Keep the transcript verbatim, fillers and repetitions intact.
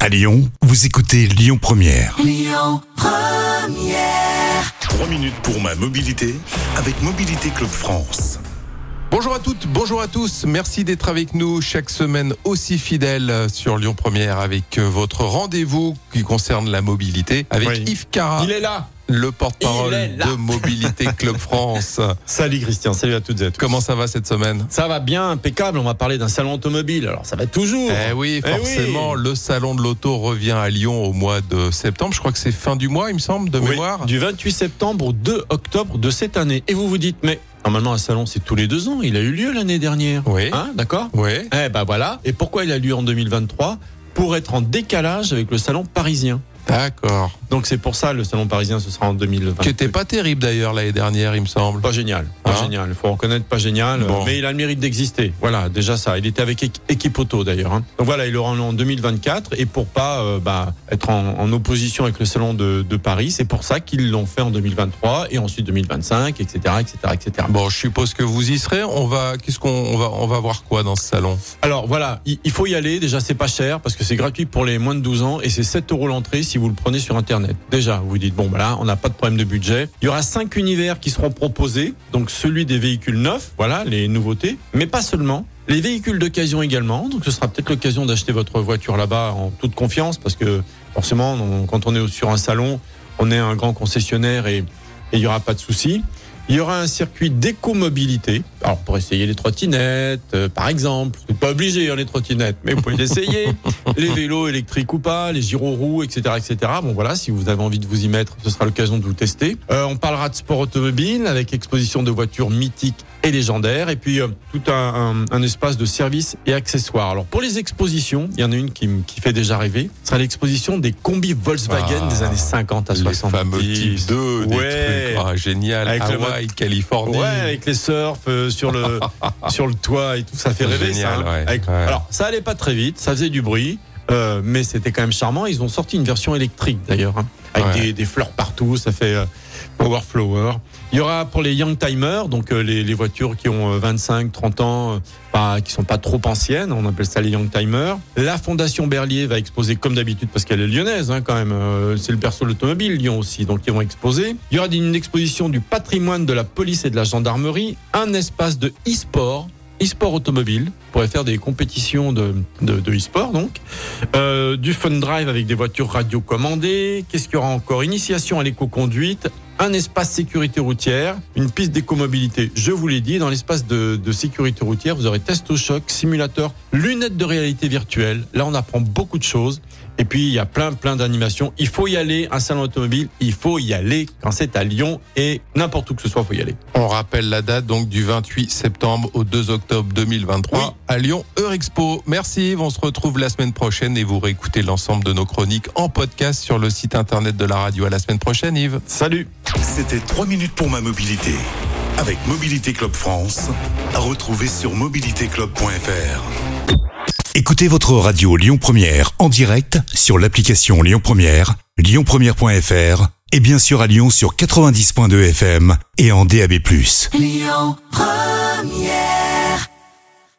À Lyon, vous écoutez Lyon Première. Lyon Première. trois minutes pour ma mobilité avec Mobilité Club France. Bonjour à toutes, bonjour à tous. Merci d'être avec nous chaque semaine aussi fidèle sur Lyon Première avec votre rendez-vous qui concerne la mobilité avec Oui. Yves Cara. Il est là. Le porte-parole Il est là. de Mobilité Club France. Salut Christian, salut à toutes et à tous. Comment ça va cette semaine ? Ça va bien, impeccable. On va parler d'un salon automobile. Alors ça va toujours. Eh oui, Eh forcément, oui. le salon de l'auto revient à Lyon au mois de septembre. Je crois que c'est fin du mois, il me semble, de Oui, mémoire. du vingt-huit septembre au deux octobre de cette année. Et vous vous dites, mais normalement un salon c'est tous les deux ans. Il a eu lieu l'année dernière. Oui. Hein, d'accord. Oui. Eh ben voilà. Et pourquoi il a lieu en deux mille vingt-trois ? Pour être en décalage avec le salon parisien. D'accord. Donc c'est pour ça le salon parisien ce sera en deux mille vingt. Qui était pas terrible d'ailleurs l'année dernière, il me semble. Pas génial, pas Hein génial. Il faut reconnaître, pas génial. Bon. Mais il a le mérite d'exister. Voilà, déjà ça. Il était avec équ- équipe auto d'ailleurs. Hein. Donc voilà, il aura en deux mille vingt-quatre. Et pour pas euh, bah, être en, en opposition avec le salon de, de Paris, c'est pour ça qu'ils l'ont fait en deux mille vingt-trois et ensuite deux mille vingt-cinq, et cetera, et cetera, et cetera. Bon, je suppose que vous y serez. On va, qu'est-ce qu'on, on va, on va voir quoi dans ce salon ? Alors voilà, il, il faut y aller. Déjà, c'est pas cher parce que c'est gratuit pour les moins de douze ans et c'est sept euros l'entrée si vous le prenez sur Internet. Déjà, vous vous dites, bon, bah là, on n'a pas de problème de budget. Il y aura cinq univers qui seront proposés. Donc, celui des véhicules neufs, voilà, les nouveautés. Mais pas seulement. Les véhicules d'occasion également. Donc, ce sera peut-être l'occasion d'acheter votre voiture là-bas en toute confiance parce que, forcément, on- quand on est sur un salon, on est un grand concessionnaire et et il n'y aura pas de souci. Il y aura un circuit d'éco-mobilité. Alors, pour essayer les trottinettes, euh, par exemple. Vous n'êtes pas obligé, hein, les trottinettes, mais vous pouvez l'essayer. Les vélos électriques ou pas, les gyroroues, et cetera, et cetera. Bon, voilà, si vous avez envie de vous y mettre, ce sera l'occasion de vous tester. Euh, on parlera de sport automobile avec exposition de voitures mythiques et légendaires. Et puis, euh, tout un, un, un espace de services et accessoires. Alors, pour les expositions, il y en a une qui, m- qui fait déjà rêver. Ce sera l'exposition des combis Volkswagen Ah, des années cinquante à Les soixante-dix. fameux type deux, des Ouais. trucs. Ah, génial. Avec le Hawaï, Californie. Ouais, avec les surfs euh, sur le sur le toit et tout, ça fait rêver. Génial, ça. hein. ouais, Avec- ouais. Alors, ça allait pas très vite, ça faisait du bruit, euh, mais c'était quand même charmant. Ils ont sorti une version électrique d'ailleurs, hein, avec Ouais. des, des fleurs partout. Ça fait euh, power flower. Il y aura pour les young timers, donc euh, les, les voitures qui ont euh, vingt-cinq, trente ans, euh, pas, qui sont pas trop anciennes. On appelle ça les young timers. La Fondation Berlier va exposer comme d'habitude parce qu'elle est lyonnaise, hein, quand même. Euh, c'est le berceau de l'automobile, Lyon aussi, donc ils vont exposer. Il y aura une exposition du patrimoine de la police et de la gendarmerie, un espace de e-sport. E-sport automobile, on pourrait faire des compétitions de, de, de e-sport donc, euh, du fun drive avec des voitures radiocommandées. Qu'est-ce qu'il y aura encore ? Initiation à l'éco-conduite, un espace sécurité routière, une piste d'éco-mobilité, je vous l'ai dit. Dans l'espace de, de sécurité routière, vous aurez testo-choc, simulateur, lunettes de réalité virtuelle. Là, on apprend beaucoup de choses. Et puis, il y a plein, plein d'animations. Il faut y aller, un salon automobile, il faut y aller quand c'est à Lyon et n'importe où que ce soit, il faut y aller. On rappelle la date donc du vingt-huit septembre au deux octobre deux mille vingt-trois Oui. à Lyon Eurexpo. Merci Yves, on se retrouve la semaine prochaine et vous réécoutez l'ensemble de nos chroniques en podcast sur le site internet de la radio. À la semaine prochaine Yves. Salut! C'était trois minutes pour ma mobilité avec Mobilité Club France. À retrouver sur mobilité club point f r. Écoutez votre radio Lyon Première en direct sur l'application Lyon Première, lyon première point f r et bien sûr à Lyon sur quatre-vingt-dix point deux F M et en D A B plus. Lyon Première.